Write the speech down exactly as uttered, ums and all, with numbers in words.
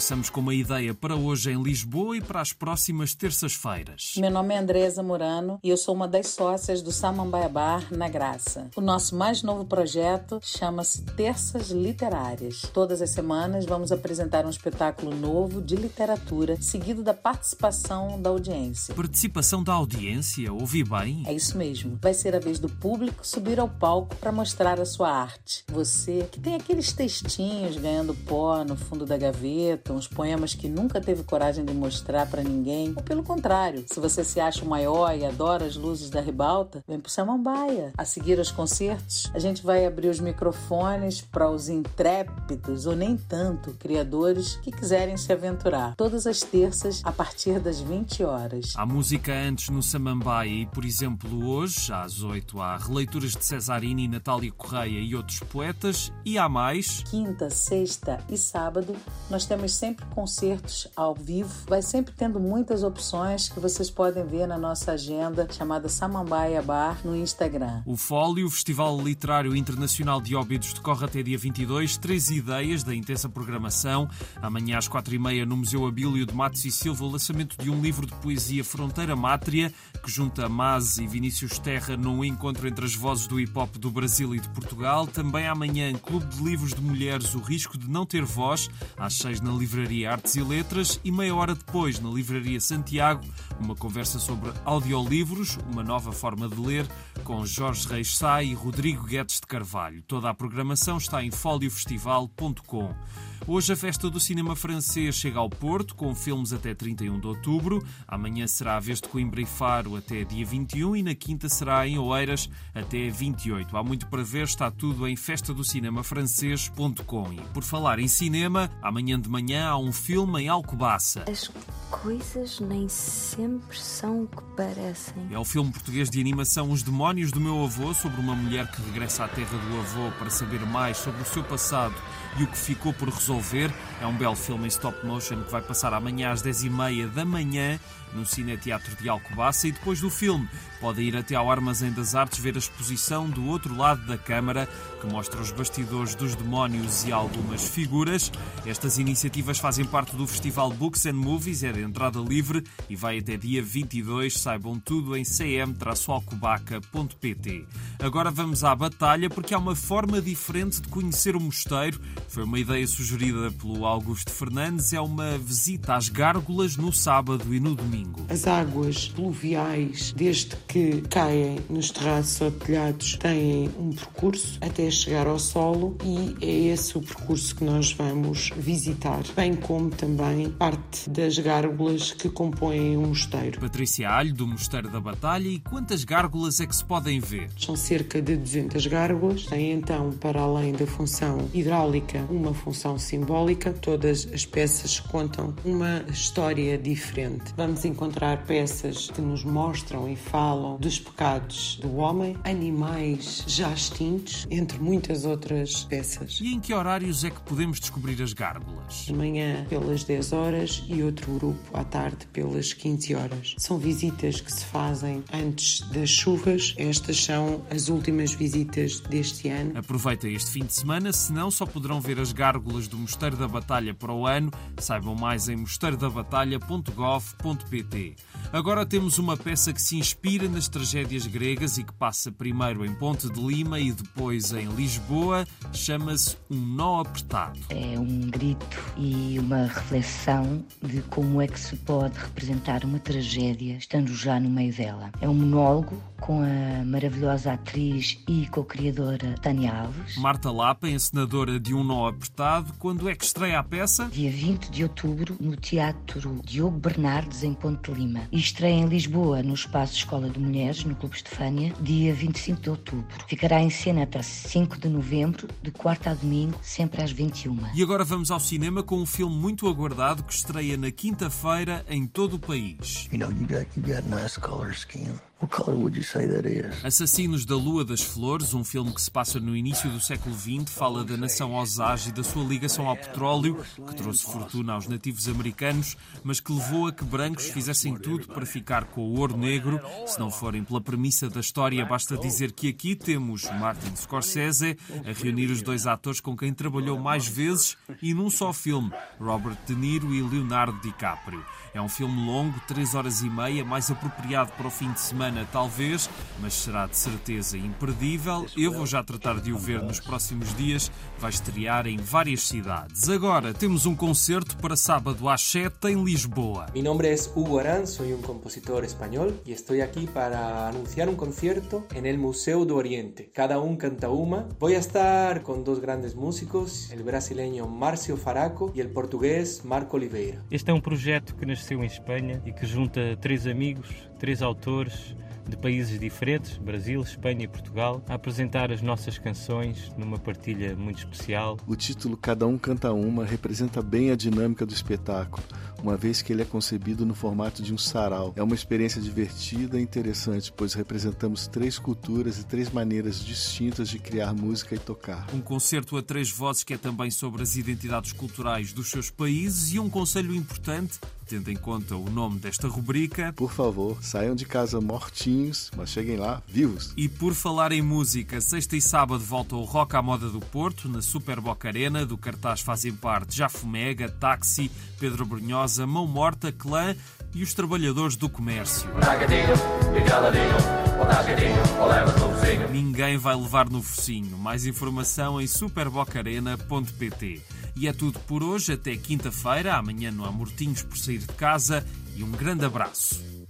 Começamos com uma ideia para hoje em Lisboa e para as próximas terças-feiras. Meu nome é Andréa Zamorano e eu sou uma das sócias do Samambaia Bar na Graça. O nosso mais novo projeto chama-se Terças Literárias. Todas as semanas vamos apresentar um espetáculo novo de literatura, seguido da participação da audiência. Participação da audiência? Ouvi bem? É isso mesmo. Vai ser a vez do público subir ao palco para mostrar a sua arte. Você que tem aqueles textinhos ganhando pó no fundo da gaveta, uns poemas que nunca teve coragem de mostrar para ninguém, ou pelo contrário, se você se acha o maior e adora as luzes da ribalta, vem pro Samambaia. A seguir aos concertos, a gente vai abrir os microfones para os intrépidos ou nem tanto criadores que quiserem se aventurar. Todas as terças, a partir das vinte horas. Há música antes no Samambaia e, por exemplo, hoje, às oito, há releituras de Cesarini, Natália Correia e outros poetas, e há mais. Quinta, sexta e sábado, nós temos sempre concertos ao vivo. Vai sempre tendo muitas opções que vocês podem ver na nossa agenda chamada Samambaia Bar no Instagram. O Fólio, o Festival Literário Internacional de Óbidos, decorre até dia vinte e dois. Três ideias da intensa programação. Amanhã às quatro e meia no Museu Abílio de Matos e Silva, o lançamento de um livro de poesia Fronteira Mátria, que junta Maz e Vinícius Terra num encontro entre as vozes do hip-hop do Brasil e de Portugal. Também amanhã, Clube de Livros de Mulheres, O Risco de Não Ter Voz, às seis na Livraria Artes e Letras, e meia hora depois na Livraria Santiago, uma conversa sobre audiolivros, uma nova forma de ler, com Jorge Reis Sá e Rodrigo Guedes de Carvalho. Toda a programação está em foliofestival ponto com. Hoje a Festa do Cinema Francês chega ao Porto, com filmes até trinta e um de outubro. Amanhã será a vez de Coimbra e Faro até dia vinte e um e na quinta será em Oeiras até vinte e oito. Há muito para ver, está tudo em festa do cinema francês ponto com. E por falar em cinema, amanhã de manhã há um filme em Alcobaça. As coisas nem sempre são o que parecem. É o filme português de animação Os Demónios do Meu Avô, sobre uma mulher que regressa à terra do avô para saber mais sobre o seu passado e o que ficou por resolver. É um belo filme em stop motion que vai passar amanhã às dez e meia da manhã no Cineteatro de Alcobaça, e depois do filme pode ir até ao Armazém das Artes ver a exposição Do Outro Lado da Câmara, que mostra os bastidores dos demónios e algumas figuras. Estas iniciativas fazem parte do Festival Books and Movies, é de entrada livre e vai até dia vinte e dois. Saibam tudo em c m alcobaca ponto p t. Agora vamos à batalha, porque há uma forma diferente de conhecer o mosteiro. Foi uma ideia sugerida pelo Augusto Fernandes. É uma visita às gárgulas no sábado e no domingo. As águas pluviais, desde que caem nos terraços ou telhados, têm um percurso até chegar ao solo, e é esse o percurso que nós vamos visitar, bem como também parte das gárgulas que compõem o mosteiro. Patrícia Alho, do Mosteiro da Batalha. E quantas gárgulas é que se podem ver? São cerca de duzentas gárgulas. Tem então, para além da função hidráulica, uma função simbólica. Todas as peças contam uma história diferente. Vamos encontrar peças que nos mostram e falam dos pecados do homem, animais já extintos, entre muitas outras peças. E em que horários é que podemos descobrir as gárgulas? De manhã pelas dez horas e outro grupo à tarde pelas quinze horas. São visitas que se fazem antes das chuvas. Estas são as últimas visitas deste ano. Aproveita este fim de semana, senão só poderão ver as gárgulas do Mosteiro da Batalha para o ano. Saibam mais em mosteiro da batalha ponto gov ponto p t. Agora temos uma peça que se inspira nas tragédias gregas e que passa primeiro em Ponte de Lima e depois em Lisboa. Chama-se Um Nó Apertado. É um grito e uma reflexão de como é que se pode representar uma tragédia estando já no meio dela. É um monólogo com a maravilhosa atriz e co-criadora Tânia Alves. Marta Lapa, encenadora de Um Nó Apertado. Quando é que estreia a peça? Dia vinte de outubro, no Teatro Diogo Bernardes, em Ponte de Lima. E estreia em Lisboa, no Espaço Escola de Mulheres, no Clube Estefânia, dia vinte e cinco de outubro. Ficará em cena até cinco de novembro, de quarta a domingo, sempre às vinte e uma. E agora vamos ao cinema com um filme muito aguardado que estreia na quinta-feira em todo o país. You know, you got, you got nice color scheme. What color would you say that is? Assassinos da Lua das Flores, um filme que se passa no início do século vinte, fala da nação Osage e da sua ligação ao petróleo, que trouxe fortuna aos nativos americanos, mas que levou a que brancos fizessem tudo para ficar com o ouro negro. Se não forem pela premissa da história, basta dizer que aqui temos Martin Scorsese a reunir os dois atores com quem trabalhou mais vezes e num só filme, Robert De Niro e Leonardo DiCaprio. É um filme longo, três horas e meia, mais apropriado para o fim de semana, talvez, mas será de certeza imperdível. Eu vou já tratar de o ver nos próximos dias. Vai estrear em várias cidades. Agora temos um concerto para sábado às sete em Lisboa. Mi nombre es Hugo Arán, soy un compositor español y estoy aquí para anunciar un concierto en el Museu do Oriente. Cada un canta uma. Voy a estar con dos grandes músicos, el brasileño Márcio Faraco y el portugués Marco Oliveira. Este é um projeto que nasceu em Espanha e que junta três amigos, três autores de países diferentes, Brasil, Espanha e Portugal, a apresentar as nossas canções numa partilha muito especial. O título Cada Um Canta Uma representa bem a dinâmica do espetáculo, uma vez que ele é concebido no formato de um sarau. É uma experiência divertida e interessante, pois representamos três culturas e três maneiras distintas de criar música e tocar. Um concerto a três vozes que é também sobre as identidades culturais dos seus países e um conselho importante, tendo em conta o nome desta rubrica. Por favor, saiam de casa mortinhos, mas cheguem lá vivos. E por falar em música, sexta e sábado volta o Rock à Moda do Porto, na Super Boca Arena. Do cartaz fazem parte Jafomega, Táxi, Pedro Brunhosa, Mão Morta, Clã e os Trabalhadores do Comércio. Ninguém vai levar no focinho. Mais informação em superbocarena ponto pt. E é tudo por hoje. Até quinta-feira. Amanhã não há mortinhos por sair de casa. E um grande abraço.